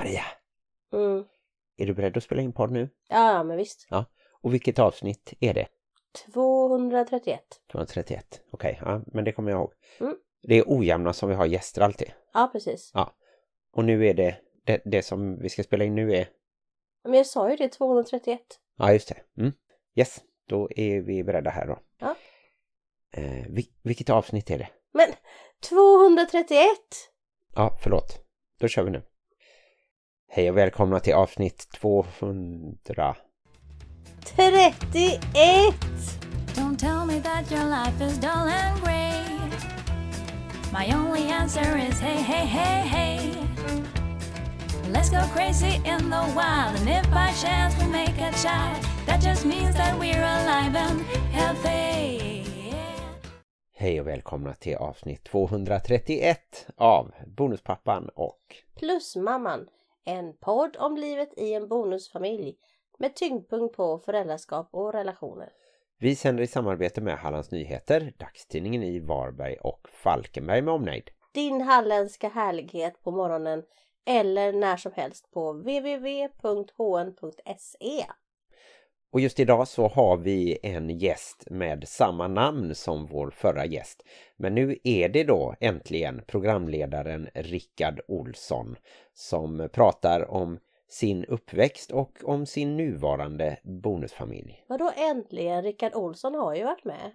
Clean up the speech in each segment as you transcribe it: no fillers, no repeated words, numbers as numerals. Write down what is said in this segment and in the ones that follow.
Maria, Mm. är du beredd att spela in podd nu? Ja, men visst. Ja. Och vilket avsnitt är det? 231. 231. Okej, ja, men det kommer jag ihåg. Mm. Det är ojämna som vi har gäster alltid. Ja, precis. Ja. Och nu är det som vi ska spela in nu är... Men jag sa ju det, 231. Ja, just det. Mm. Yes, då är vi beredda här då. Ja. Vilket avsnitt är det? Men 231! Ja, förlåt. Då kör vi nu. Hej och välkomna till avsnitt 200. 31! Don't tell me that your life is dull and grey. My only answer is hey, hey, hey, hey. Let's go crazy in the wild. And if by chance we make a child, that just means that we're alive and healthy. Hej och välkomna till avsnitt 231 av Bonuspappan och... Plusmamman. En podd om livet i en bonusfamilj. Med tyngdpunkt på föräldraskap och relationer. Vi sänder i samarbete med Hallands Nyheter, dagstidningen i Varberg och Falkenberg med omnejd. Din halländska härlighet på morgonen eller när som helst på www.hn.se. Och just idag så har vi en gäst med samma namn som vår förra gäst. Men nu är det då äntligen programledaren Rickard Olsson som pratar om sin uppväxt och om sin nuvarande bonusfamilj. Vadå äntligen? Rickard Olsson har ju varit med.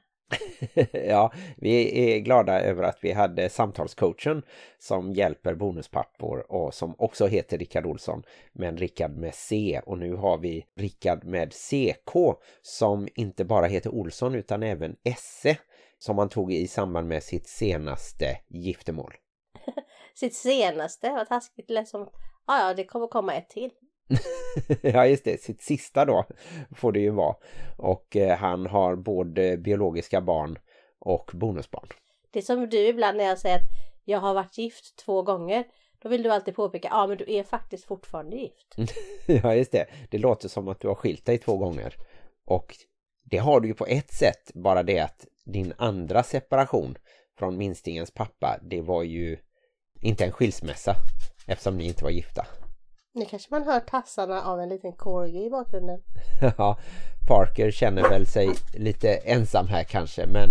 Ja, vi är glada över att vi hade samtalscoachen som hjälper bonuspappor och som också heter Rickard Olsson, men Rickard med C. Och nu har vi Rickard med CK som inte bara heter Olsson utan även Esse som han tog i samband med sitt senaste giftermål. Sitt senaste, vad taskigt. Liksom. Ja, det kommer komma ett till. Ja just det, sitt sista då får det ju vara. Och han har både biologiska barn och bonusbarn. Det är som du ibland när jag säger att jag har varit gift 2 gånger. Då vill du alltid påpeka, ja men du är faktiskt fortfarande gift. Ja just det, det låter som att du har skilt dig 2 gånger. Och det har du ju på ett sätt, bara det att din andra separation från minstingens pappa, det var ju inte en skilsmässa eftersom ni inte var gifta. Nu kanske man hör tassarna av en liten corgi i bakgrunden. Ja, Parker känner väl sig lite ensam här kanske, men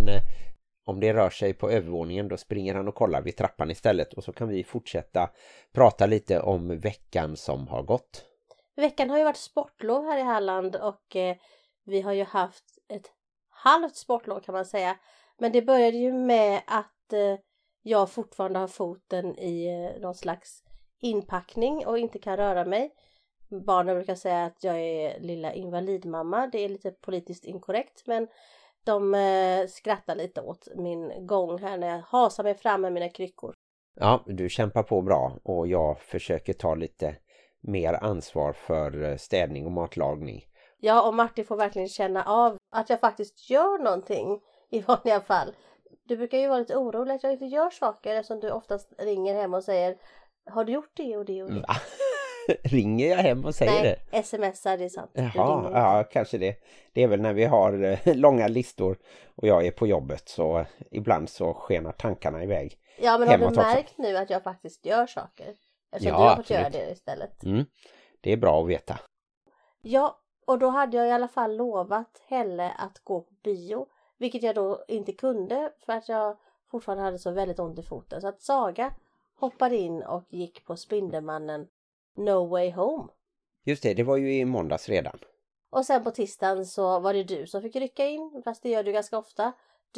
om det rör sig på övervåningen då springer han och kollar vid trappan istället och så kan vi fortsätta prata lite om veckan som har gått. Veckan har ju varit sportlov här i Halland och vi har ju haft ett halvt sportlov kan man säga. Men det började ju med att jag fortfarande har foten i någon slags inpackning och inte kan röra mig. Barnen brukar säga att jag är lilla invalidmamma. Det är lite politiskt inkorrekt men de skrattar lite åt min gång här när jag hasar mig fram med mina kryckor. Ja, du kämpar på bra och jag försöker ta lite mer ansvar för städning och matlagning. Ja, och Martin får verkligen känna av att jag faktiskt gör någonting i vanliga fall. Du brukar ju vara lite orolig att jag inte gör saker eftersom du oftast ringer hem och säger har du gjort det och det och det? Va? Ringer jag hem och säger det? Nej, smsar, det är sant. Jaha, ja kanske det. Det är väl när vi har långa listor och jag är på jobbet så ibland så skenar tankarna iväg. Ja, men har du märkt nu att jag faktiskt gör saker? Eftersom ja, du har fått absolut. göra det istället. Det är bra att veta. Ja, och då hade jag i alla fall lovat Helle att gå på bio. Vilket jag då inte kunde för att jag fortfarande hade så väldigt ont i foten. Så att Saga hoppade in och gick på Spindelmannen No Way Home. Just det var ju i måndags redan. Och sen på tisdagen så var det du som fick rycka in. Fast det gör du ganska ofta.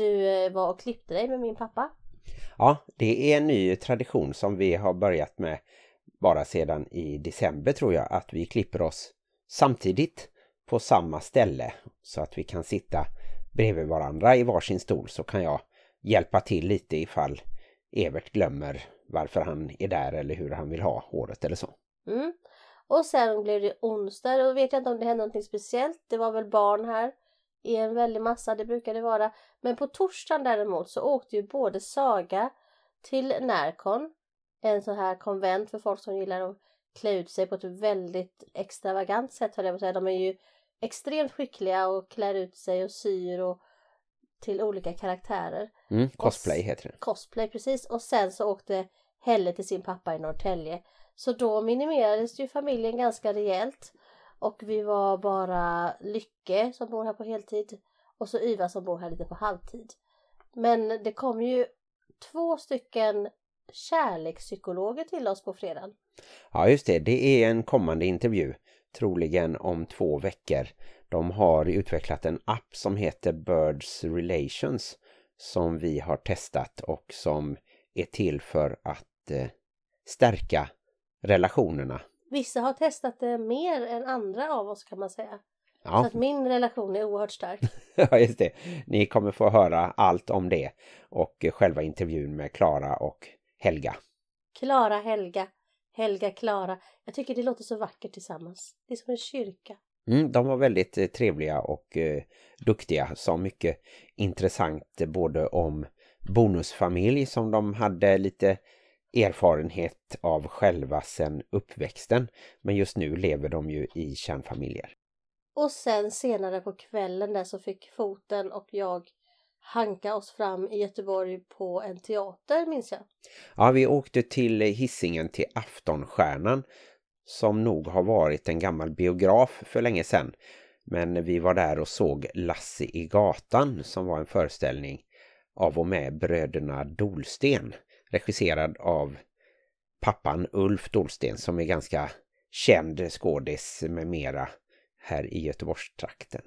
Du var och klippte dig med min pappa. Ja, det är en ny tradition som vi har börjat med bara sedan i december tror jag. Att vi klipper oss samtidigt på samma ställe. Så att vi kan sitta bredvid varandra i varsin stol så kan jag hjälpa till lite ifall Evert glömmer varför han är där eller hur han vill ha håret eller så. Och sen blev det onsdag och vet jag inte om det hände någonting speciellt. Det var väl barn här i en väldig massa, det brukar det vara. Men på torsdagen däremot så åkte ju både Saga till Närkon, en sån här konvent för folk som gillar att klä ut sig på ett väldigt extravagant sätt. De är ju extremt skickliga och klär ut sig och syr och till olika karaktärer. Cosplay heter det. Cosplay, precis. Och sen så åkte Helle till sin pappa i Norrtälje. Så då minimerades ju familjen ganska rejält. Och vi var bara Lycke som bor här på heltid. Och så Yva som bor här lite på halvtid. Men det kom ju 2 stycken kärlekspsykologer till oss på fredagen. Ja, just det. Det är en kommande intervju. Troligen om 2 veckor. De har utvecklat en app som heter Birds Relations. Som vi har testat och som är till för att stärka relationerna. Vissa har testat det mer än andra av oss kan man säga. Ja. Så att min relation är oerhört stark. Ja, just det. Ni kommer få höra allt om det. Och själva intervjun med Klara och Helga. Klara, Helga. Helga, Klara. Jag tycker det låter så vackert tillsammans. Det är som en kyrka. De var väldigt trevliga och duktiga. Sa mycket intressant både om bonusfamilj som de hade lite erfarenhet av själva sedan uppväxten. Men just nu lever de ju i kärnfamiljer. Och sen senare på kvällen där så fick Foten och jag hanka oss fram i Göteborg på en teater, minns jag. Ja, vi åkte till Hisingen till Aftonstjärnan som nog har varit en gammal biograf för länge sedan. Men vi var där och såg Lasse i gatan som var en föreställning av och med bröderna Dolsten. Regisserad av pappan Ulf Dolsten som är ganska känd skådis med mera här i Göteborgstrakten.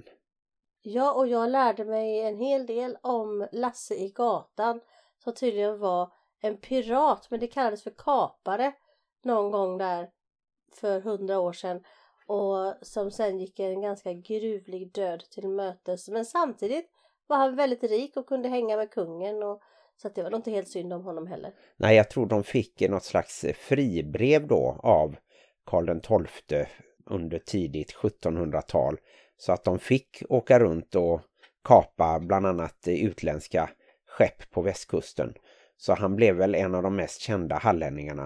Ja, och jag lärde mig en hel del om Lasse i gatan som tydligen var en pirat, men det kallades för kapare någon gång där för 100 år sedan och som sen gick en ganska gruvlig död till mötes. Men samtidigt var han väldigt rik och kunde hänga med kungen och så att det var nog inte helt synd om honom heller. Nej, jag tror de fick något slags fribrev då av Karl XII under tidigt 1700-tal. Så att de fick åka runt och kapa bland annat utländska skepp på västkusten. Så han blev väl en av de mest kända hallänningarna.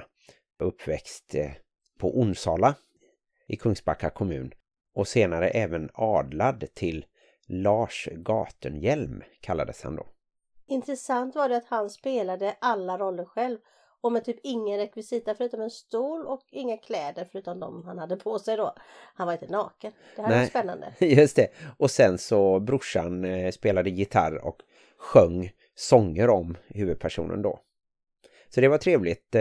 Uppväxt på Onsala i Kungsbacka kommun. Och senare även adlad till Lars Gatenhjelm kallades han då. Intressant var det att han spelade alla roller själv. Och med typ ingen rekvisita förutom en stol och inga kläder förutom de han hade på sig då. Han var inte naken. Det här var spännande. Just det. Och sen så brorsan spelade gitarr och sjöng sånger om huvudpersonen då. Så det var trevligt.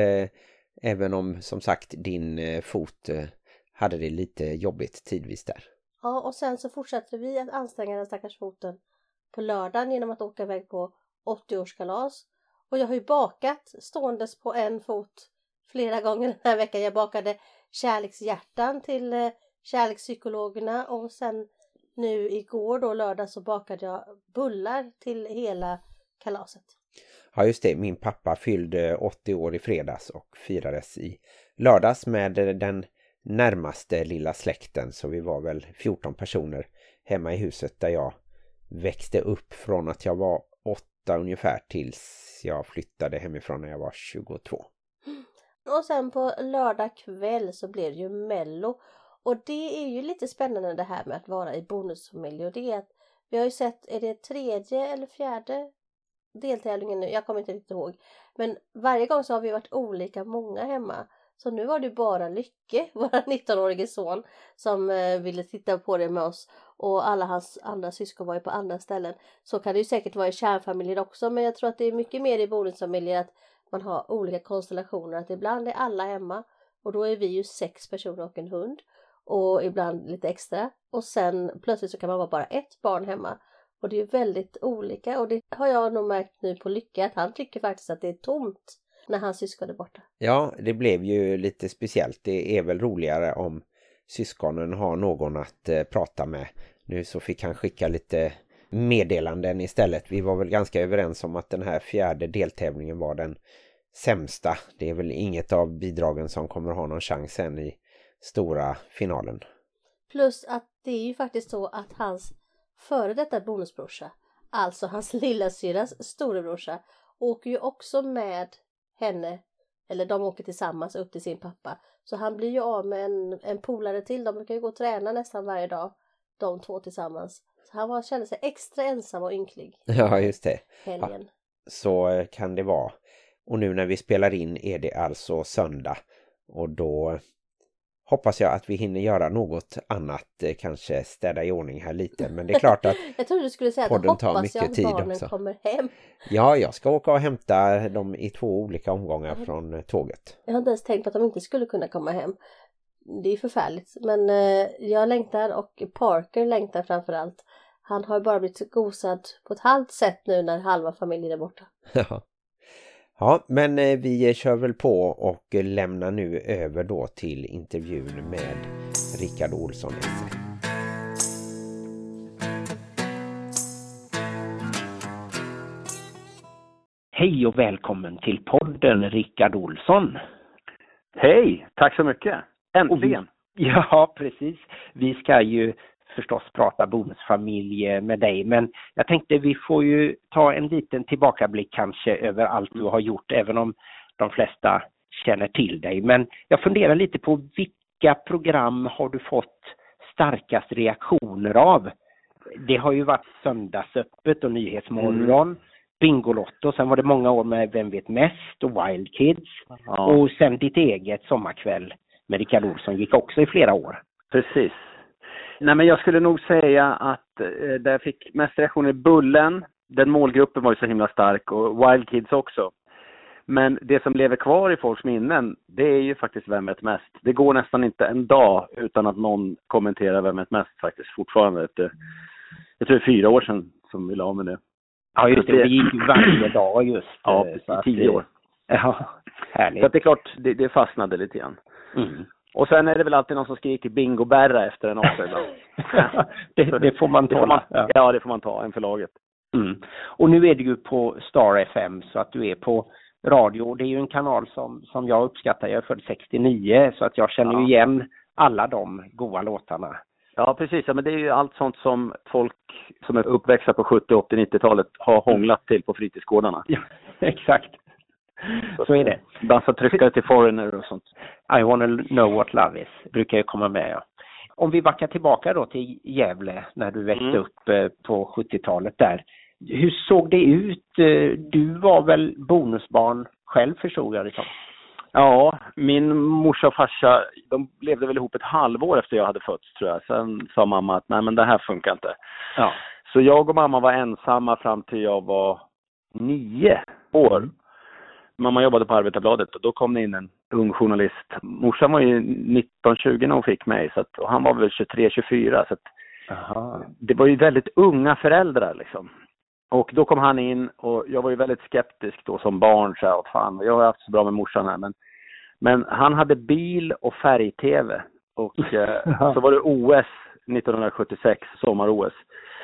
Även om som sagt din fot hade det lite jobbigt tidvis där. Ja, och sen så fortsatte vi att anstränga den stackars foten på lördagen genom att åka iväg på 80-årskalas. Och jag har ju bakat ståendes på en fot flera gånger den här veckan. Jag bakade kärlekshjärtan till kärlekspsykologerna och sen nu igår då lördag så bakade jag bullar till hela kalaset. Ja just det, min pappa fyllde 80 år i fredags och firades i lördags med den närmaste lilla släkten. Så vi var väl 14 personer hemma i huset där jag växte upp från att jag var 8 ungefär tills jag flyttade hemifrån när jag var 22. Och sen på lördag kväll så blev det ju Mello. Och det är ju lite spännande det här med att vara i bonusfamilj. Och det är att vi har ju sett, är det 3:e eller 4:e deltävlingen nu? Jag kommer inte riktigt ihåg. Men varje gång så har vi varit olika många hemma. Så nu var det bara Lycke, vår 19-årige son, som ville titta på det med oss. Och alla hans andra syskon var ju på andra ställen. Så kan det ju säkert vara i kärnfamiljer också. Men jag tror att det är mycket mer i bonusfamiljer att man har olika konstellationer. Att ibland är alla hemma. Och då är vi ju 6 personer och en hund. Och ibland lite extra. Och sen plötsligt så kan man vara bara ett barn hemma. Och det är ju väldigt olika. Och det har jag nog märkt nu på Lycka. Att han tycker faktiskt att det är tomt när hans syskon är borta. Ja, det blev ju lite speciellt. Det är väl roligare om syskonen har någon att prata med. Nu så fick han skicka lite meddelanden istället. Vi var väl ganska överens om att den här 4:e deltävlingen var den sämsta. Det är väl inget av bidragen som kommer ha någon chans än i stora finalen. Plus att det är ju faktiskt så att hans före detta bonusbrorsa, alltså hans lilla syras storebrorsa, åker ju också med henne, eller de åker tillsammans upp till sin pappa. Så han blir ju av med en polare till. De brukar ju gå och träna nästan varje dag, de 2 tillsammans. Så han kände sig extra ensam och ynklig. Ja, just det. Helgen. Ja, så kan det vara. Och nu när vi spelar in är det alltså söndag. Och då hoppas jag att vi hinner göra något annat, kanske städa i ordning här lite. Men det är klart att jag trodde du skulle säga att hoppas jag att barnen också kommer hem. Ja, jag ska åka och hämta dem i 2 olika omgångar från tåget. Jag har inte ens tänkt på att de inte skulle kunna komma hem. Det är förfärligt. Men jag längtar, och Parker längtar framförallt. Han har bara blivit gosad på ett halvt sätt nu när halva familjen är borta. Ja, men vi kör väl på och lämnar nu över då till intervjun med Rickard Olsson Esse. Hej och välkommen till podden Rickard Olsson. Hej, tack så mycket. Äntligen. Ja, precis. Vi ska ju förstås prata bonusfamilj med dig, men jag tänkte vi får ju ta en liten tillbakablick kanske över allt du har gjort, även om de flesta känner till dig. Men jag funderar lite på vilka program har du fått starkast reaktioner av? Det har ju varit Söndagsöppet och Nyhetsmorgon, Bingolotto, sen var det många år med Vem vet mest och Wild Kids. Ja. Och sen ditt eget Sommarkväll med Rickard Olsson gick också i flera år. Precis. Nej, men jag skulle nog säga att där jag fick mest reaktioner i Bullen. Den målgruppen var ju så himla stark, och Wild Kids också. Men det som lever kvar i folks minnen, det är ju faktiskt Vem vet mest. Det går nästan inte en dag utan att någon kommenterar Vem vet mest faktiskt fortfarande. Jag tror det är 4 år sedan som vi la med det. Ja, just det. Det gick ju varje dag just. Ja, i 10 år. Ja, härligt. Så att det är klart, det fastnade lite grann. Mm. Och sen är det väl alltid någon som skriker bingo berra efter en avsnitt. det får man ta. Ja, det får man ta, en förlaget. Mm. Och nu är du ju på Star FM, så att du är på radio. Det är ju en kanal som jag uppskattar. Jag är född 69, så att jag känner ju igen alla de goda låtarna. Ja, precis. Ja, men det är ju allt sånt som folk som är uppväxta på 70-, 80-, 90-talet har hånglat till på fritidsgårdarna. Ja, exakt. Så är det. Dansa tryckare till Foreigner och sånt. I wanna know what love is brukar ju komma med, ja. Om vi backar tillbaka då till Gävle när du växte upp på 70-talet där. Hur såg det ut? Du var väl bonusbarn själv, förstod jag det som. Ja, min morsa och farsa, de levde väl ihop ett halvår efter jag hade fötts, tror jag. Sen sa mamma att nej, men det här funkar inte. Ja. Så jag och mamma var ensamma fram till jag var 9 år. Mamma jobbade på Arbetarbladet och då kom det in en ung journalist. Morsan var ju 19-20 när hon fick mig, så att, och han var väl 23-24. Så att, det var ju väldigt unga föräldrar liksom. Och då kom han in och jag var ju väldigt skeptisk då som barn. Så här, fan, jag har haft så bra med morsan här. Men han hade bil och färg-tv. Och så var det OS 1976, sommar-OS.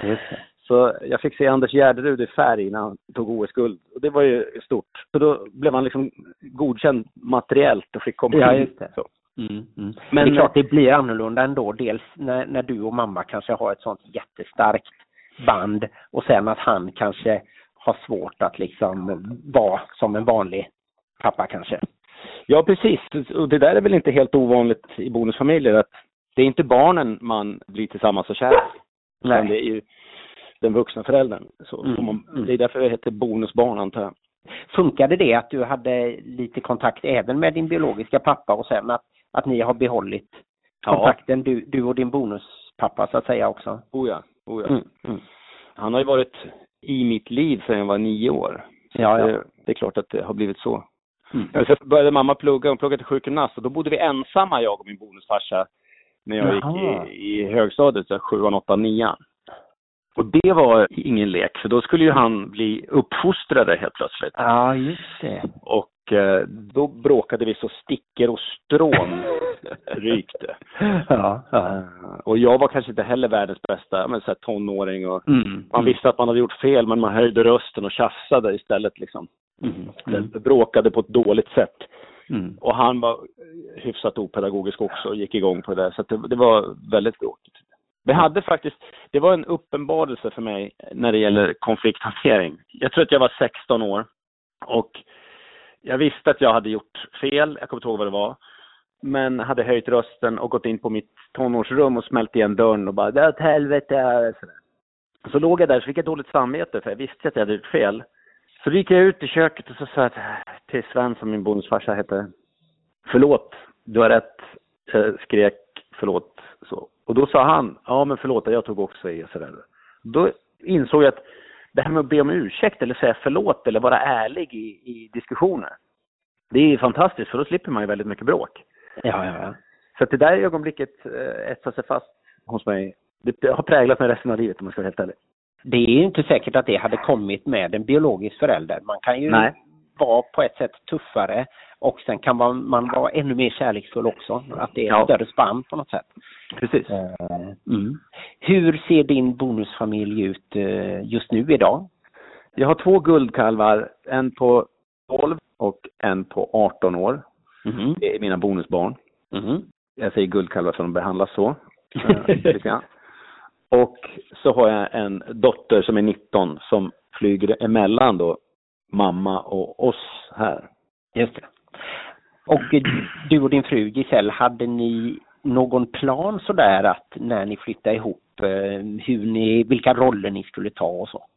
Så jag fick se Anders Gärderud i färg när han tog OS-guld. Och det var ju stort. Så då blev han liksom godkänd materiellt och fick komma in. Ja, just det. Så. Men det är klart, det blir annorlunda ändå. Dels när du och mamma kanske har ett sånt jättestarkt band. Och sen att han kanske har svårt att liksom vara som en vanlig pappa kanske. Ja, precis. Och det där är väl inte helt ovanligt i bonusfamiljer. Att det är inte barnen man blir tillsammans och kär. Nej. Det är ju den vuxna föräldern. Så det är därför det heter bonusbarn, antar jag. Funkade det att du hade lite kontakt även med din biologiska pappa och sen att ni har behållit kontakten, du och din bonuspappa så att säga också? Oh ja. Han har ju varit i mitt liv sedan jag var 9 år. Ja. Det är klart att det har blivit så. Så började mamma plugga till sjukgymnast och då bodde vi ensamma, jag och min bonusfarsa, när jag gick i högstadiet, så 7, 8, 9. Och det var ingen lek, för då skulle ju han bli uppfostrade helt plötsligt. Ja, just det. Och då bråkade vi så stickor och strån rykte. Ja. Och jag var kanske inte heller världens bästa, men så här tonåring. Och man visste att man hade gjort fel, men man höjde rösten och tjafsade istället liksom. Det bråkade på ett dåligt sätt. Och han var hyfsat opedagogisk också och gick igång på det. Så att det var väldigt bråkigt. Det var en uppenbarelse för mig när det gäller konflikthantering. Jag tror att jag var 16 år och jag visste att jag hade gjort fel. Jag kommer inte ihåg vad det var. Men hade höjt rösten och gått in på mitt tonårsrum och smält igen dörren och bara, det är ett helvete. Så låg jag där och fick ett dåligt samvete för jag visste att jag hade gjort fel. Så gick jag ut i köket och så sa jag till Sven, som min bonusfarsa hette, förlåt. du har rätt, skrek förlåt. Så. Och då sa han, ja men förlåt, jag tog också i. Sådär. Då insåg jag att det här med att be om ursäkt eller säga förlåt eller vara ärlig i diskussioner. Det är fantastiskt, för då slipper man ju väldigt mycket bråk. Ja. Så att det där ögonblicket etsar sig fast hos mig. Det har präglat mig resten av livet, om man ska vara helt ärlig. Det är ju inte säkert att det hade kommit med en biologisk förälder. Man kan ju vara på ett sätt tuffare och sen kan man vara ännu mer kärleksfull också. Att det är ett större spann på något sätt. Precis. Hur ser din bonusfamilj ut just nu idag? Jag har 2 guldkalvar, en på 12 och en på 18 år. Det är mina bonusbarn. Jag säger guldkalvar för de behandlas så. Och så har jag en dotter som är 19 som flyger emellan då mamma och oss här. Just det. Och du och din fru Giselle, hade ni någon plan så där att när ni flyttade ihop vilka roller ni skulle ta och så?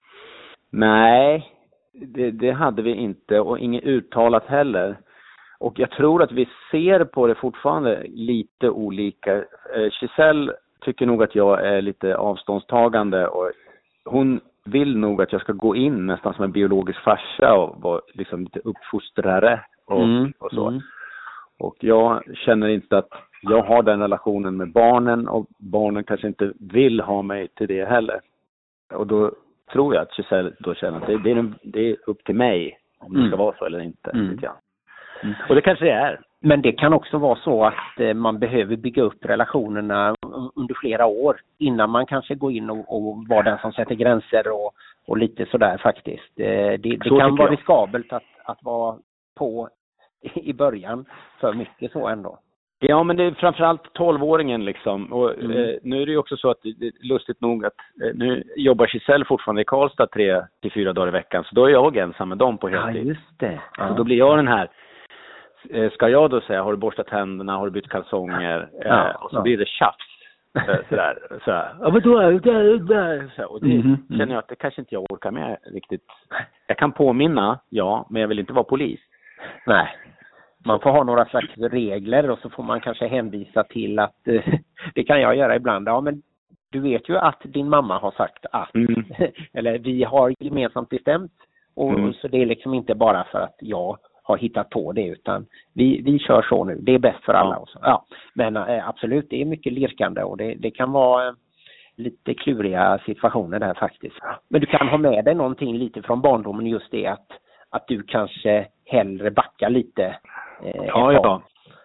Nej, det hade vi inte och inget uttalat heller. Och jag tror att vi ser på det fortfarande lite olika. Giselle tycker nog att jag är lite avståndstagande och hon vill nog att jag ska gå in nästan som en biologisk farsa och vara liksom lite uppfostrare och så. Och jag känner inte att jag har den relationen med barnen och barnen kanske inte vill ha mig till det heller. Och då tror jag att Giselle då känner att det är upp till mig om det ska vara så eller inte. Och det kanske det är. Men det kan också vara så att man behöver bygga upp relationerna under flera år innan man kanske går in och vara den som sätter gränser och lite sådär faktiskt. Det kan vara riskabelt att vara på i början för mycket så ändå. Ja, men det är framförallt 12-åringen liksom. Och nu är det ju också så att det är lustigt nog att nu jobbar Giselle fortfarande i Karlstad 3-4 dagar i veckan. Så då är jag ensam med dem på heltid. Ja, just det. Ja. Så då blir jag den här. Ska jag då säga, har du borstat händerna, har du bytt kalsonger? Och så blir det tjafs. Sådär. Ja, men då är det där. Och det känner jag att det kanske inte jag orkar med riktigt. Jag kan påminna, men jag vill inte vara polis. Nej. Man får ha några slags regler och så får man kanske hänvisa till att det kan jag göra ibland. Ja, men du vet ju att din mamma har sagt att eller vi har gemensamt bestämt och så det är liksom inte bara för att jag har hittat på det utan vi kör så nu. Det är bäst för alla. Och så. Ja, men absolut, det är mycket lirkande och det kan vara lite kluriga situationer där faktiskt. Men du kan ha med dig någonting lite från barndomen, just det att du kanske hellre backar lite. Ja.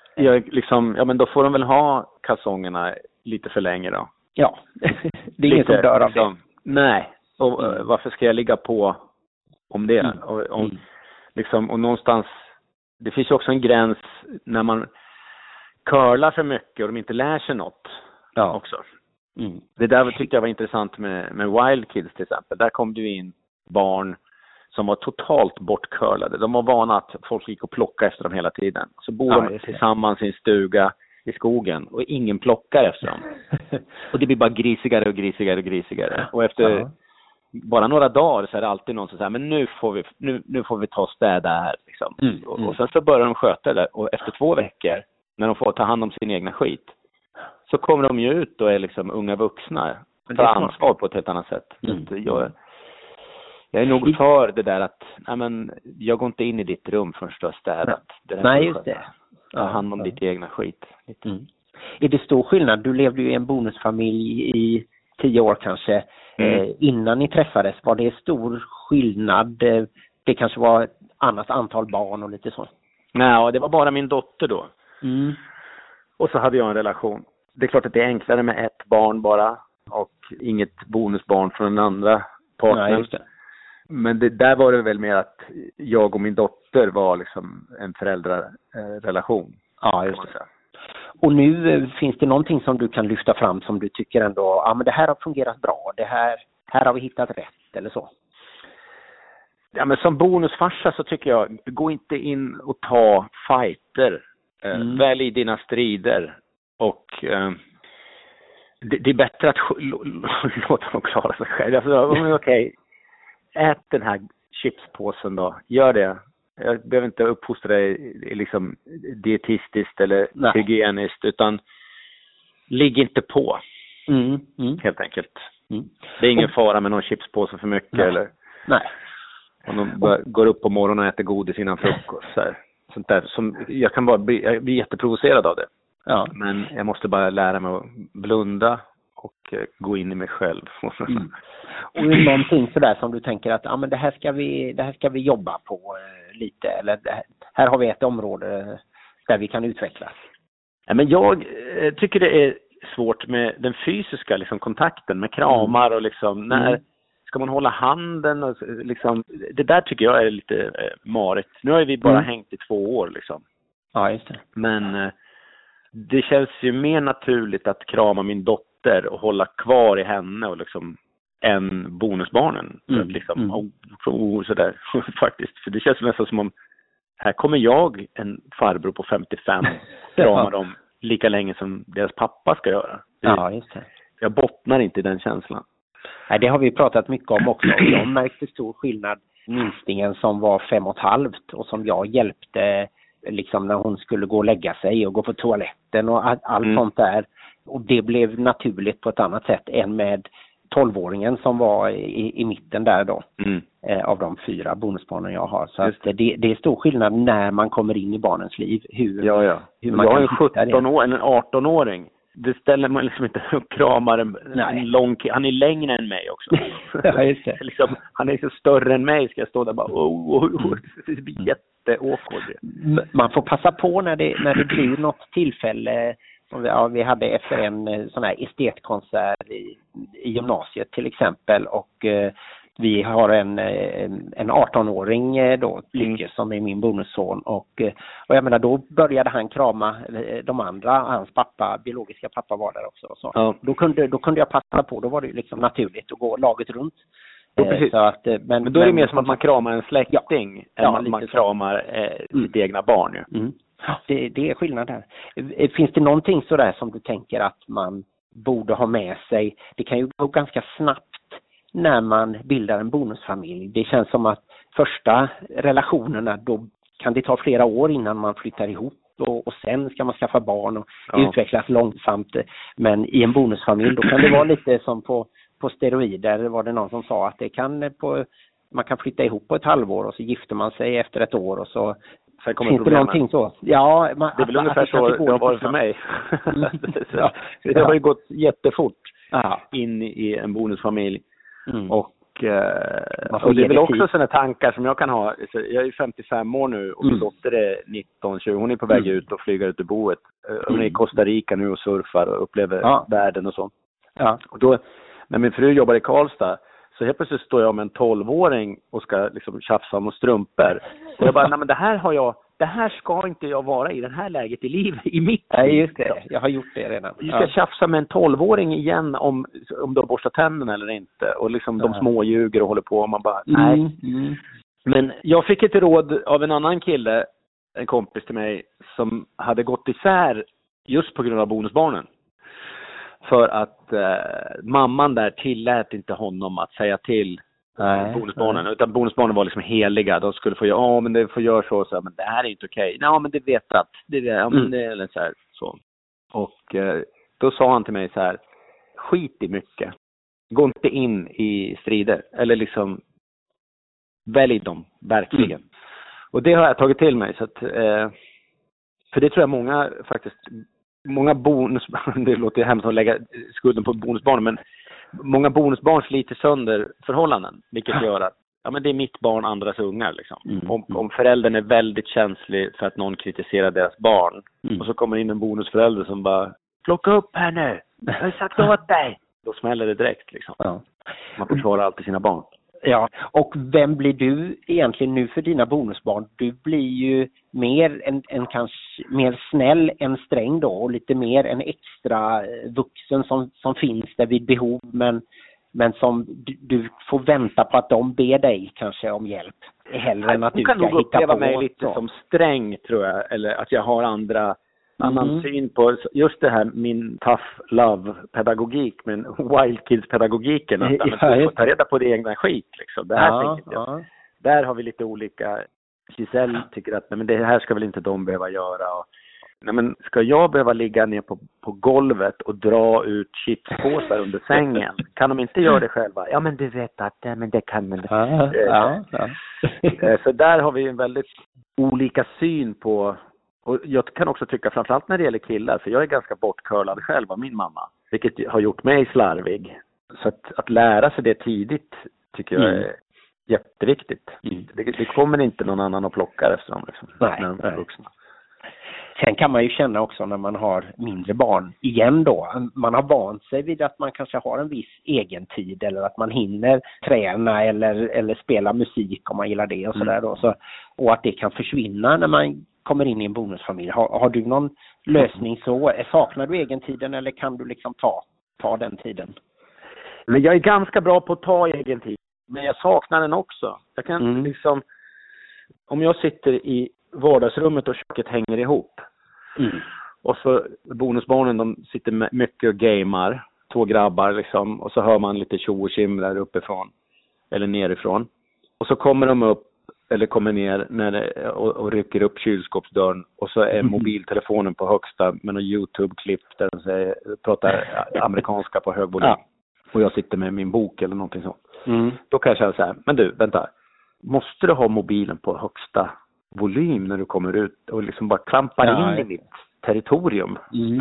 Men då får de väl ha kalsongerna lite för länge då. Ja, det är ingen som dör av det. Nej, och varför ska jag ligga på om det? Och någonstans, det finns ju också en gräns när man curlar för mycket och de inte lär sig något också. Det där tyckte jag var intressant med Wild Kids till exempel. Där kom du in barn som var totalt bortcurlade. De var vana att folk gick och plockade efter dem hela tiden. Så bor de tillsammans i en stuga i skogen och ingen plockar efter dem. Och det blir bara grisigare och grisigare och grisigare. Och efter bara några dagar så är det alltid någon som säger men nu får vi ta och städa här liksom. Och sen så börjar de sköta det och efter 2 veckor när de får ta hand om sin egna skit så kommer de ju ut och är liksom unga vuxna och tar ansvar på ett helt annat sätt. Jag är nog för det där att jag går inte in i ditt rum förrän du har städat. Nej, just det. Ta hand om ditt egna skit. Är det stor skillnad? Du levde ju i en bonusfamilj i 10 år kanske. Innan ni träffades, var det stor skillnad? Det kanske var ett annat antal barn och lite så. Nej, det var bara min dotter då. Och så hade jag en relation. Det är klart att det är enklare med ett barn bara och inget bonusbarn från den andra partnern. Nej, just det. Men där var det väl mer att jag och min dotter var liksom en föräldrarelation. Ja, just det. Och nu finns det någonting som du kan lyfta fram som du tycker ändå, men det här har fungerat bra, det här har vi hittat rätt eller så? Ja, men som bonusfarsa så tycker jag, gå inte in och ta fighter. Välj dina strider och det är bättre att låta dem klara sig själv. Alltså, okej. Ät den här chipspåsen då. Gör det. Jag behöver inte uppfostra dig liksom dietistiskt eller hygieniskt, utan ligg inte på. Helt enkelt. Det är ingen fara med någon chipspåse för mycket eller om de går upp på morgonen och äter godis innan frukost så här. Sånt där som jag blir jätteprovocerad av det. Ja. Men jag måste bara lära mig att blunda och gå in i mig själv. Och är det någonting sådär som du tänker att men det här ska vi jobba på lite, eller här har vi ett område där vi kan utvecklas? Ja, men jag tycker det är svårt med den fysiska liksom, kontakten med kramar och liksom när ska man hålla handen och liksom, det där tycker jag är lite marigt. Nu har vi bara hängt i 2 år liksom. Ja, just det. Men det känns ju mer naturligt att krama min dotter och hålla kvar i henne och liksom än bonusbarnen. Liksom, sådär faktiskt. För det känns nästan som om här kommer jag, en farbror på 55, krama dem lika länge som deras pappa ska göra. Ja, just det. Jag bottnar inte i den känslan. Nej, det har vi pratat mycket om också. Jag märkte stor skillnad. Minstingen som var 5,5 och som jag hjälpte liksom när hon skulle gå och lägga sig och gå på toaletten och allt sånt där. Och det blev naturligt på ett annat sätt än med 12-åringen som var i mitten där då. Av de 4 bonusbarnen jag har. Så att det är stor skillnad när man kommer in i barnens liv. Hur man jag har kan en 17 år, en 18-åring. Det ställer man liksom inte och kramar en lång han är längre än mig också. Ja, just det. Liksom, han är så större än mig, ska jag stå där bara det blir jätteåkord. Man får passa på när det blir något tillfälle. Vi hade efter en sån här estetkonsert i gymnasiet till exempel, och vi har en 18-åring då, Lycke, som är min bonusson, och jag menar då började han krama de andra, hans pappa, biologiska pappa var där också, så ja. Då kunde jag passa på, då var det liksom naturligt att gå laget runt. Så att, men då är det mer som att man kramar en släkting än att man kramar sitt egna barn ju. Det är skillnad där. Finns det någonting sådär som du tänker att man borde ha med sig? Det kan ju gå ganska snabbt när man bildar en bonusfamilj. Det känns som att första relationerna, då kan det ta flera år innan man flyttar ihop. Och sen ska man skaffa barn och utvecklas långsamt. Men i en bonusfamilj då kan det vara lite som på steroider. Var det någon som sa att man kan flytta ihop på ett halvår och så gifter man sig efter ett år och så finns det någonting så? Ja, det är väl ungefär så det har varit för mig. Det har ju gått jättefort in i en bonusfamilj. Och det är väl också sådana tankar som jag kan ha. Jag är 55 år nu och min dotter är 19-20. Hon är på väg ut och flyger ut ur boet. Hon är i Costa Rica nu och surfar och upplever världen och så. Ja. Och då, när min fru jobbar i Karlstad, så helt plötsligt står jag med en 12-åring och ska liksom tjafsa om strumper. Och jag bara, nej men det här ska inte jag vara i det här läget i livet, i mitt liv. Nej, just det. Jag har gjort det redan. Vi ska tjafsa med en 12-åring igen om du har borstat tänderna eller inte. Och liksom de småljuger och håller på och man bara, nej. Men jag fick ett råd av en annan kille, en kompis till mig, som hade gått isär just på grund av bonusbarnen. För att mamman där tillät inte honom att säga till bonusbarnen. Utan bonusbarnen var liksom heliga. De skulle få men det får göra så. Men det här är inte okej. Nej, men det vet att. Det är så här, så. Och då sa han till mig så här: skit i mycket. Gå inte in i strider. Eller liksom välj dem, verkligen. Och det har jag tagit till mig. Så att, för det tror jag många bonusbarn, det låter hemskt att lägga skulden på bonusbarn, men många bonusbarn sliter sönder förhållanden, vilket gör att men det är mitt barn, andras ungar liksom. Om föräldern är väldigt känslig för att någon kritiserar deras barn och så kommer in en bonusförälder som bara, plocka upp här nu, jag har sagt åt dig, då smäller det direkt liksom. Man försvarar alltid sina barn. Ja, och vem blir du egentligen nu för dina bonusbarn? Du blir ju mer en kanske mer snäll än sträng då, och lite mer en extra vuxen som finns där vid behov, men som du får vänta på att de ber dig kanske om hjälp. Hellre än att du ska hitta på. Jag kan nog uppleva mig lite som sträng, tror jag, eller att jag har annan syn på just det här, min tough love-pedagogik, men wild kids-pedagogiken. Att man får ta reda på det egna skit. Liksom. Det här tänker jag. Där har vi lite olika Giselle tycker att nej, men det här ska väl inte de behöva göra. Och, nej, men ska jag behöva ligga ner på golvet och dra ut chipspåsar under sängen? Kan de inte göra det själva? Ja, men du vet att men det kan man. Ja. Så där har vi en väldigt olika syn på. Och jag kan också tycka framförallt när det gäller killar, för jag är ganska bortcurlad själv av min mamma, vilket har gjort mig slarvig. Så att lära sig det tidigt tycker jag är jätteviktigt. Det kommer inte någon annan att plocka efter dem liksom, när de är vuxna. Sen kan man ju känna också när man har mindre barn igen då. Man har vant sig vid att man kanske har en viss egen tid eller att man hinner träna eller spela musik om man gillar det och sådär då. Och att det kan försvinna när man kommer in i en bonusfamilj. Har du någon lösning så? Saknar du egen tiden eller kan du liksom ta den tiden? Men jag är ganska bra på att ta egen tid. Men jag saknar den också. Jag kan liksom, om jag sitter i vardagsrummet och köket hänger ihop. Och så bonusbarnen, de sitter mycket och gamar. 2 grabbar liksom. Och så hör man lite tjo och tjim där uppifrån. Eller nerifrån. Och så kommer de upp eller kommer ner och rycker upp kylskåpsdörren. Och så är mobiltelefonen på högsta med någon YouTube-klipp där de pratar amerikanska på hög volym. Och jag sitter med min bok eller någonting sånt. Då kan jag säga så här, men du, vänta. Måste du ha mobilen på högsta volym när du kommer ut och liksom bara klampar in i mitt territorium?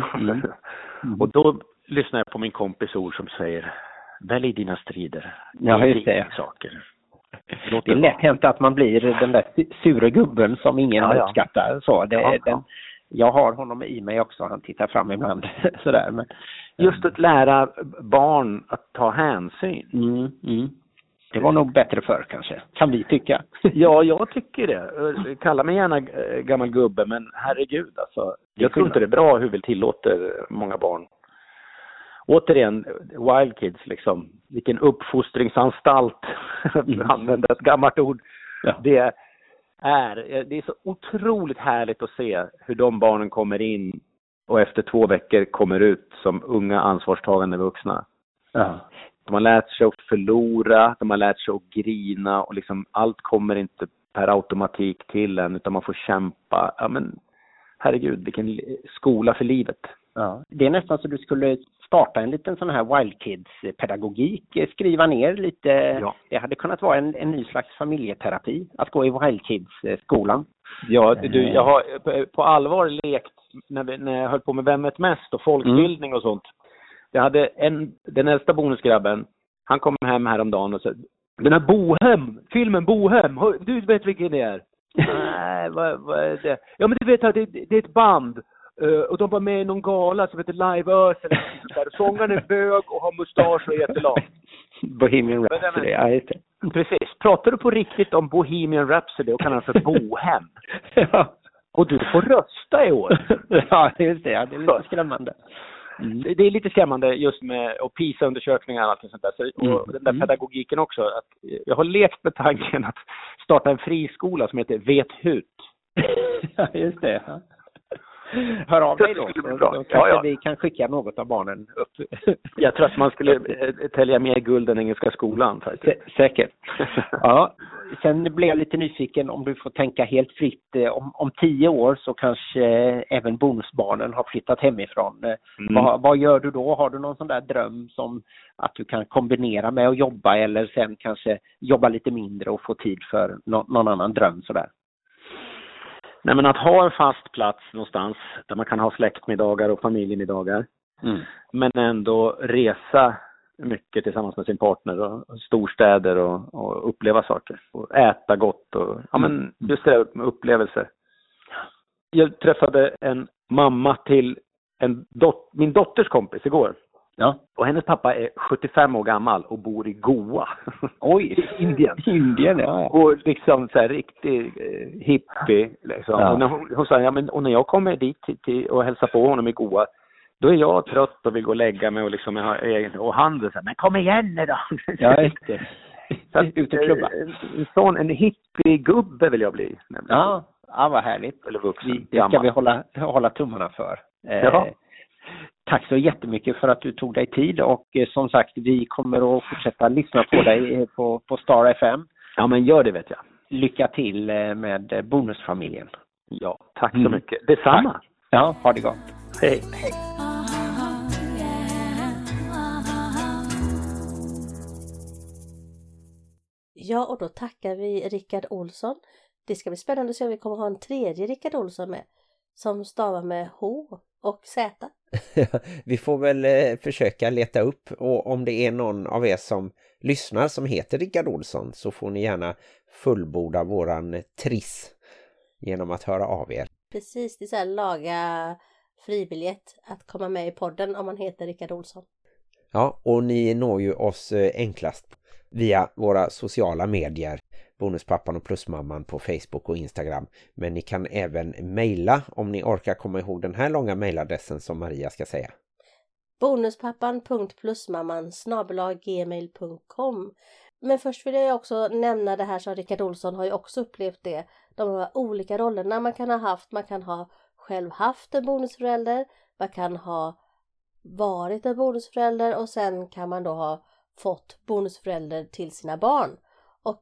Och då lyssnar jag på min kompis ord som säger, välj dina strider. Ja, just det. Saker. Det är lätt hänt att man blir den där sura gubben som ingen uppskattar. Så jag har honom i mig också, han tittar fram ibland. Sådär, men, just att lära barn att ta hänsyn. Det var nog bättre förr kanske, kan vi tycka. Ja, jag tycker det. Kalla mig gärna gammal gubbe, men herregud alltså. Jag tror inte det är bra hur vi tillåter många barn. Återigen, Wild Kids liksom. Vilken uppfostringsanstalt, använda ett gammalt ord. Ja. Det är så otroligt härligt att se hur de barnen kommer in och efter 2 veckor kommer ut som unga ansvarstagande vuxna. Ja. De har lärt sig att förlora, de har lärt sig att grina och liksom allt kommer inte per automatik till en utan man får kämpa. Ja men herregud, vilken skola för livet. Ja. Det är nästan så du skulle starta en liten sån här Wild Kids pedagogik, skriva ner lite. Ja. Det hade kunnat vara en ny slags familjeterapi att gå i Wild Kids skolan. Ja, jag har på allvar lekt när jag höll på med Vem vet mest och folkbildning och sånt. Jag hade den äldsta bonusgrabben, han kom hem häromdagen och sa, den här Bohem, filmen Bohem, du vet vilken det är? Nej, vad är det? Ja men du vet att det är ett band och de var med i någon gala som heter Live Earth eller sånt där. Sångaren är bög och har mustasch och jättelam. Bohemian Rhapsody, ja just det. Precis, pratar du på riktigt om Bohemian Rhapsody och kallar den för Bohem? Ja. Och du får rösta i år. Ja, just det. Ja, det är lite skrämmande. Det är lite skrämmande just med och PISA-undersökningar och allt sånt där. Och den där pedagogiken också. Att jag har lekt med tanken att starta en friskola som heter Vethut. Ja, just det. Ja. Hör av dig då. Då kanske vi kan skicka något av barnen upp. Jag tror att man skulle tälja mer guld än Engelska skolan. Säkert. Ja. Sen blir jag lite nyfiken om du får tänka helt fritt. Om 10 år så kanske även bonusbarnen har flyttat hemifrån. Vad gör du då? Har du någon sån där dröm som att du kan kombinera med att jobba eller sen kanske jobba lite mindre och få tid för någon annan dröm sådär? Nej, men att ha en fast plats någonstans där man kan ha släktmiddagar och familjemiddagar. Men ändå resa mycket tillsammans med sin partner och storstäder och uppleva saker. Och äta gott och men just det med upplevelser. Jag träffade en mamma till min dotters kompis igår. Ja. Och hennes pappa är 75 år gammal och bor i Goa. Oj, Indien, ja. Och liksom så här riktig hippie liksom. Ja. Och hon sa, och när jag kommer dit och hälsar på honom i Goa, då är jag trött och vill gå och lägga mig och liksom och han så här, men kom igen nu då. Ja, just det. Ut och klubba. En hippie-gubbe vill jag bli. Nämligen. Ja, vad härligt. Eller vuxen. Det ska vi hålla tummarna för. Ja. Tack så jättemycket för att du tog dig tid och som sagt vi kommer att fortsätta lyssna på dig på Star FM. Ja men gör det vet jag. lycka till med bonusfamiljen. Ja, tack så mycket. Detsamma. Tack. Ja, ha det gott. Hej. Hej. Ja, och då tackar vi Rickard Olsson. Det ska bli spännande att se om vi kommer ha en tredje Rickard Olsson med. Som stavar med H och Z. Vi får väl försöka leta upp, och om det är någon av er som lyssnar som heter Rickard Olsson så får ni gärna fullborda våran triss genom att höra av er. Precis, det är så här laga fribiljett att komma med i podden om man heter Rickard Olsson. Ja, och ni når ju oss enklast via våra sociala medier, Bonuspappan och Plusmamman på Facebook och Instagram. Men ni kan även mejla om ni orkar komma ihåg den här långa mejladressen som Maria ska säga. bonuspappan.plusmamman@gmail.com. Men först vill jag också nämna det här som Rickard Olsson har ju också upplevt det. De här olika rollerna man kan ha haft. Man kan ha själv haft en bonusförälder. Man kan ha varit en bonusförälder och sen kan man då ha fått bonusförälder till sina barn. Och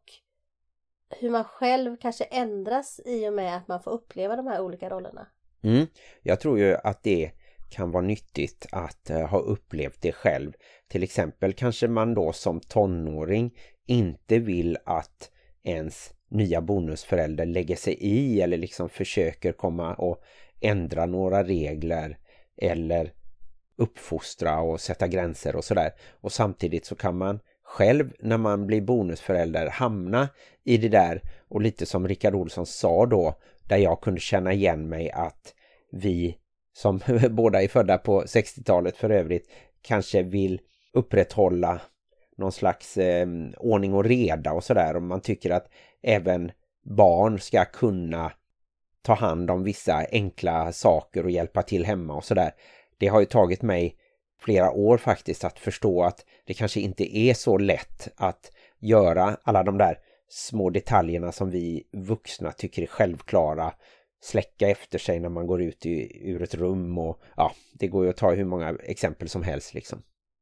hur man själv kanske ändras i och med att man får uppleva de här olika rollerna. Jag tror ju att det kan vara nyttigt att ha upplevt det själv. Till exempel kanske man då som tonåring inte vill att ens nya bonusförälder lägger sig i eller liksom försöker komma och ändra några regler eller uppfostra och sätta gränser och sådär. Och samtidigt så kan man själv när man blir bonusförälder hamna i det där, och lite som Rickard Olsson sa då, där jag kunde känna igen mig att vi som båda är födda på 60-talet för övrigt kanske vill upprätthålla någon slags ordning och reda och sådär, och man tycker att även barn ska kunna ta hand om vissa enkla saker och hjälpa till hemma och sådär. Det har ju tagit mig flera år faktiskt att förstå att det kanske inte är så lätt att göra alla de där små detaljerna som vi vuxna tycker är självklara. Släcka efter sig när man går ut ur ett rum, och ja, det går ju att ta hur många exempel som helst liksom.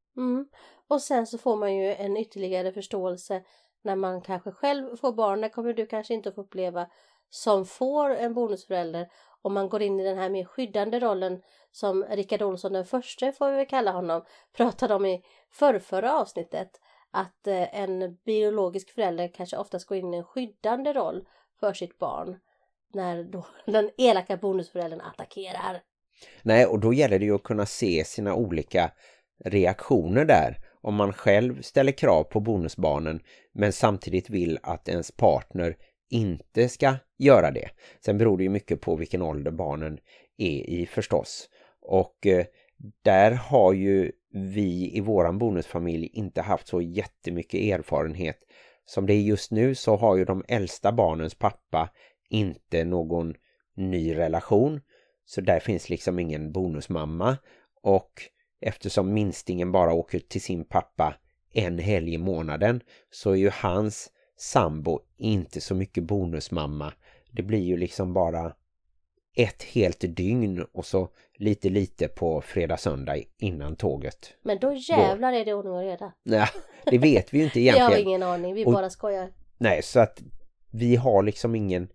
Och sen så får man ju en ytterligare förståelse när man kanske själv får barn. Det kommer du kanske inte att få uppleva som får en bonusförälder. Om man går in i den här mer skyddande rollen som Rickard Olsson den första, får vi kalla honom, pratade om i förra avsnittet. Att en biologisk förälder kanske oftast går in i en skyddande roll för sitt barn när då den elaka bonusföräldern attackerar. Nej, och då gäller det ju att kunna se sina olika reaktioner där. Om man själv ställer krav på bonusbarnen men samtidigt vill att ens partner inte ska göra det. Sen beror det ju mycket på vilken ålder barnen är i förstås. Och där har ju vi i våran bonusfamilj inte haft så jättemycket erfarenhet. Som det är just nu så har ju de äldsta barnens pappa inte någon ny relation. Så där finns liksom ingen bonusmamma. Och eftersom minstingen bara åker till sin pappa en helg i månaden så är ju hans sambo inte så mycket bonusmamma. Det blir ju liksom bara ett helt dygn och så lite på fredag söndag innan tåget. Men då jävlar är det ordning och reda. Nej, det vet vi ju inte egentligen. Jag har ingen aning, vi bara skojar. Nej, så att vi har liksom ingen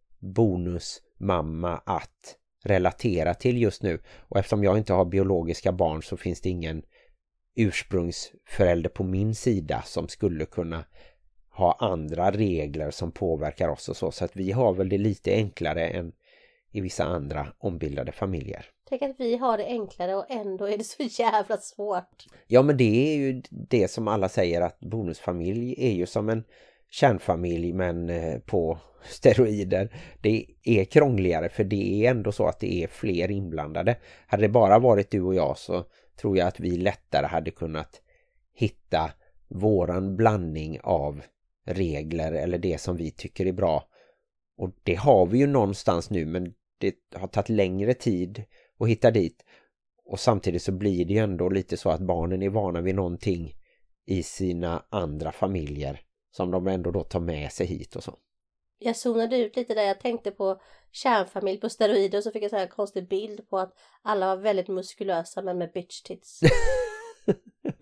bonusmamma att relatera till just nu. Och eftersom jag inte har biologiska barn så finns det ingen ursprungsförälder på min sida som skulle kunna ha andra regler som påverkar oss och så. Så att vi har väl det lite enklare än i vissa andra ombildade familjer. Tänk att vi har det enklare och ändå är det så jävla svårt. Ja, men det är ju det som alla säger, att bonusfamilj är ju som en kärnfamilj men på steroider. Det är krångligare för det är ändå så att det är fler inblandade. Hade det bara varit du och jag så tror jag att vi lättare hade kunnat hitta våran blandning av regler eller det som vi tycker är bra. Och det har vi ju någonstans nu, men det har tagit längre tid att hitta dit. Och samtidigt så blir det ju ändå lite så att barnen är vana vid någonting i sina andra familjer som de ändå då tar med sig hit och så. Jag zonade ut lite där jag tänkte på kärnfamilj på steroider och så fick jag så här konstig bild på att alla var väldigt muskulösa men med bitch tits.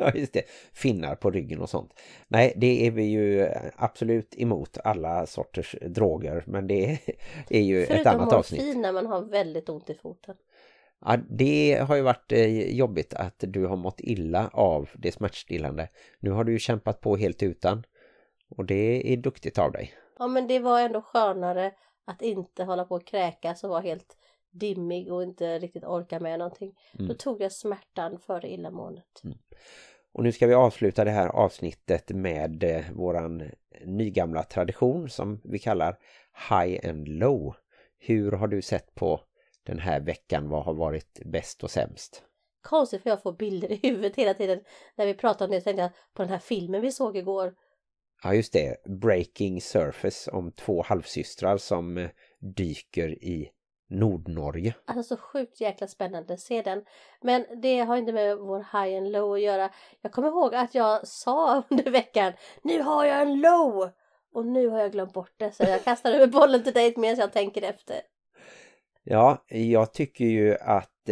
Ja, just det. Finnar på ryggen och sånt. Nej, det är vi ju absolut emot, alla sorters droger. Men det är ju ett annat avsnitt. Förutom morfin när man har väldigt ont i foten. Ja, det har ju varit jobbigt att du har mått illa av det smärtstillande. Nu har du ju kämpat på helt utan. Och det är duktigt av dig. Ja, men det var ändå skönare att inte hålla på och kräkas och vara helt dimmig och inte riktigt orka med någonting. Då tog jag smärtan före illamåendet. Och nu ska vi avsluta det här avsnittet med våran nygamla tradition som vi kallar High and Low. Hur har du sett på den här veckan? Vad har varit bäst och sämst? Konstigt för jag får bilder i huvudet hela tiden. När vi pratar om det tänkte jag på den här filmen vi såg igår. Ja, just det. Breaking Surface om 2 halvsystrar som dyker i Nordnorge. Alltså så sjukt jäkla spännande, se den. Men det har inte med vår high and low att göra. Jag kommer ihåg att jag sa under veckan, nu har jag en low! Och nu har jag glömt bort det, så jag kastar över bollen till dig medan jag tänker efter. Ja, jag tycker ju att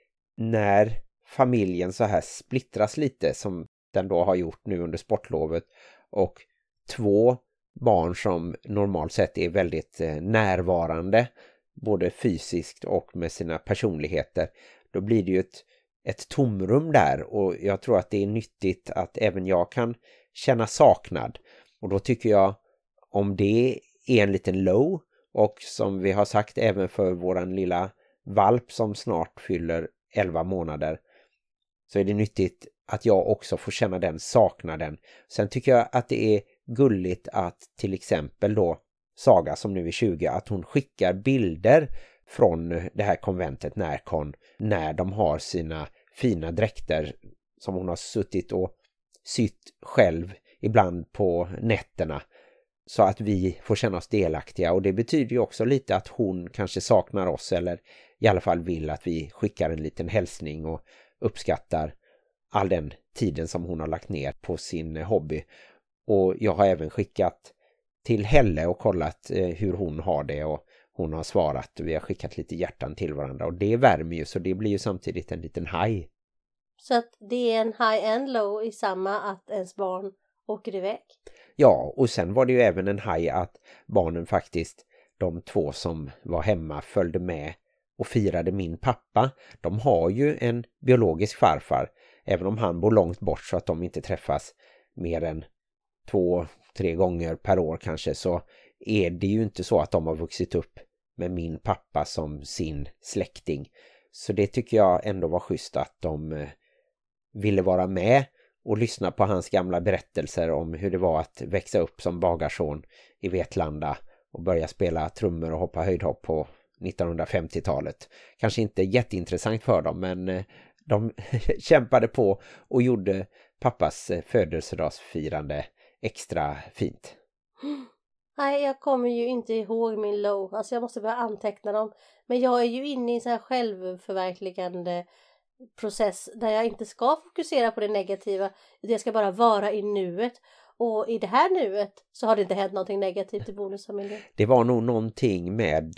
när familjen så här splittras lite som den då har gjort nu under sportlovet och 2 barn som normalt sett är väldigt närvarande både fysiskt och med sina personligheter, då blir det ju ett tomrum där, och jag tror att det är nyttigt att även jag kan känna saknad. Och då tycker jag, om det är en liten low, och som vi har sagt även för våran lilla valp som snart fyller 11 månader, så är det nyttigt att jag också får känna den saknaden. Sen tycker jag att det är gulligt att till exempel då Saga som nu är 20, att hon skickar bilder från det här konventet Närkon när de har sina fina dräkter som hon har suttit och sytt själv ibland på nätterna, så att vi får känna oss delaktiga. Och det betyder ju också lite att hon kanske saknar oss, eller i alla fall vill att vi skickar en liten hälsning och uppskattar all den tiden som hon har lagt ner på sin hobby. Och jag har även skickat till Helle och kollat hur hon har det, och hon har svarat och vi har skickat lite hjärtan till varandra, och det värmer ju, så det blir ju samtidigt en liten high. Så att det är en high and low i samma att ens barn åker iväg. Ja, och sen var det ju även en high att barnen faktiskt, de 2 som var hemma, följde med och firade min pappa. De har ju en biologisk farfar, även om han bor långt bort så att de inte träffas mer än 2-3 gånger per år kanske, så är det ju inte så att de har vuxit upp med min pappa som sin släkting. Så det tycker jag ändå var schysst att de ville vara med och lyssna på hans gamla berättelser om hur det var att växa upp som bagarson i Vetlanda och börja spela trummor och hoppa höjdhopp på 1950-talet. Kanske inte jätteintressant för dem, men de kämpade på och gjorde pappas födelsedagsfirande extra fint. Nej, jag kommer ju inte ihåg min low. Alltså jag måste börja anteckna dem. Men jag är ju inne i en sån här självförverkligande process där jag inte ska fokusera på det negativa. Jag ska bara vara i nuet. Och i det här nuet så har det inte hänt någonting negativt i bonusfamiljen. Det var nog någonting med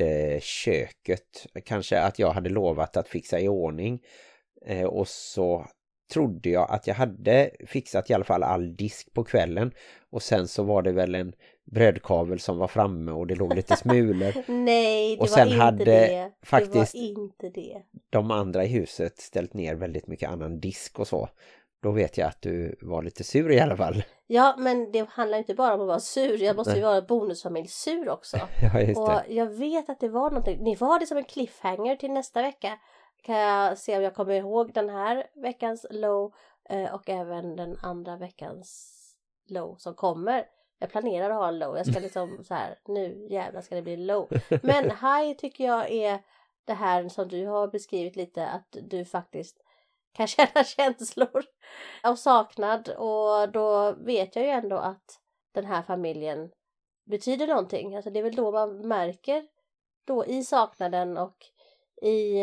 köket. Kanske att jag hade lovat att fixa i ordning. Och så trodde jag att jag hade fixat i alla fall all disk på kvällen. Och sen så var det väl en brödkavel som var framme och det låg lite smulor. Nej, det och sen var inte hade det. Faktiskt det var inte det. De andra i huset ställt ner väldigt mycket annan disk och så. Då vet jag att du var lite sur i alla fall. Ja, men det handlar inte bara om att vara sur. Jag måste ju vara bonusfamilj sur också. Ja, just det. Och jag vet att det var någonting. Ni var det som en cliffhanger till nästa vecka. Kan jag se om jag kommer ihåg den här veckans low och även den andra veckans low som kommer. Jag planerar att ha en low. Jag ska liksom så här, nu jävlar ska det bli low. Men high tycker jag är det här som du har beskrivit lite, att du faktiskt kan känna känslor av saknad. Och då vet jag ju ändå att den här familjen betyder någonting. Alltså det är väl då man märker då i saknaden och i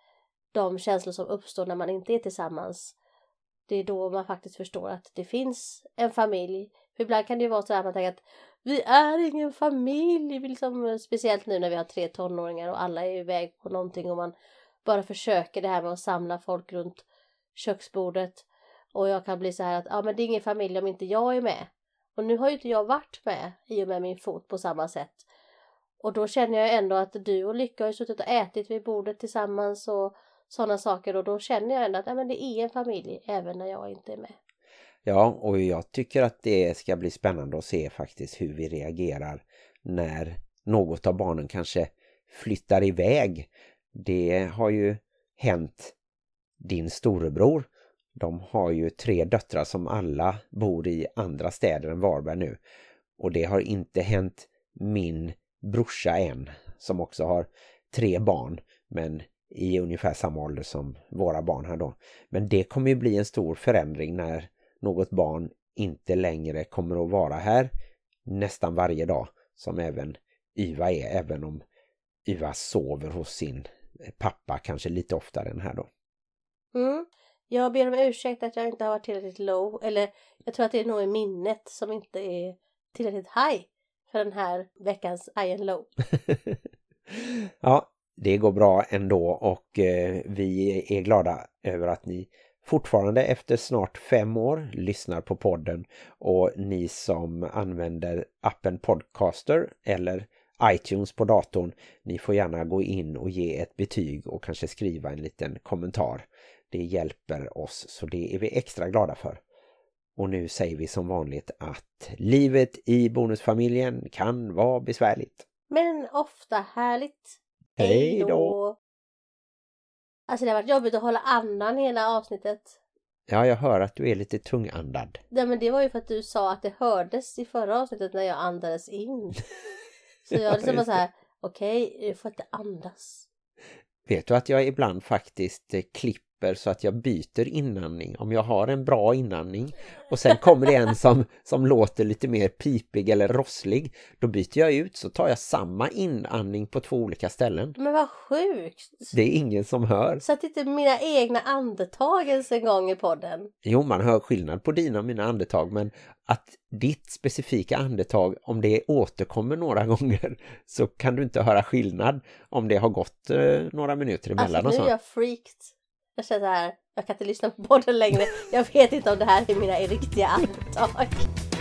de känslor som uppstår när man inte är tillsammans. Det är då man faktiskt förstår att det finns en familj. För ibland kan det ju vara så att man tänker att vi är ingen familj. Vi liksom, speciellt nu när vi har 3 tonåringar och alla är iväg på någonting och man bara försöker det här med att samla folk runt köksbordet. Och jag kan bli så här att men det är ingen familj om inte jag är med. Och nu har ju inte jag varit med i och med min fot på samma sätt. Och då känner jag ändå att du och Lycka har ju suttit och ätit vid bordet tillsammans och sådana saker. Och då känner jag ändå att men det är en familj även när jag inte är med. Ja, och jag tycker att det ska bli spännande att se faktiskt hur vi reagerar när något av barnen kanske flyttar iväg. Det har ju hänt din storebror. De har ju 3 döttrar som alla bor i andra städer än Varberg nu. Och det har inte hänt min brorsa än, som också har 3 barn, men i ungefär samma ålder som våra barn här då. Men det kommer ju bli en stor förändring när något barn inte längre kommer att vara här nästan varje dag, som även Yva är, även om Yva sover hos sin pappa kanske lite oftare än här då. Jag ber om ursäkt att jag inte har varit tillräckligt low, eller jag tror att det är nog i minnet som inte är tillräckligt high för den här veckans high and low. Ja, det går bra ändå, och vi är glada över att ni fortfarande efter snart 5 år lyssnar på podden, och ni som använder appen Podcaster eller iTunes på datorn, ni får gärna gå in och ge ett betyg och kanske skriva en liten kommentar. Det hjälper oss, så det är vi extra glada för. Och nu säger vi som vanligt att livet i bonusfamiljen kan vara besvärligt, men ofta härligt. Hej då! Alltså det har varit jobbigt att hålla andan hela avsnittet. Ja, jag hör att du är lite tungandad. Ja, men det var ju för att du sa att det hördes i förra avsnittet när jag andades in. Så jag liksom var så här, okej, du får inte andas. Vet du att jag ibland faktiskt klipper så att jag byter inandning. Om jag har en bra inandning och sen kommer det en som låter lite mer pipig eller rosslig, då byter jag ut, så tar jag samma inandning på 2 olika ställen. Men vad sjukt! Det är ingen som hör. Så att inte mina egna andetag ens en gång i podden. Jo, man hör skillnad på dina och mina andetag, men att ditt specifika andetag, om det återkommer några gånger, så kan du inte höra skillnad om det har gått några minuter emellan. Alltså och nu så. är jag freaked. Jag känner så här, jag kan inte lyssna på podden längre. Jag vet inte om det här är mina riktiga andetag.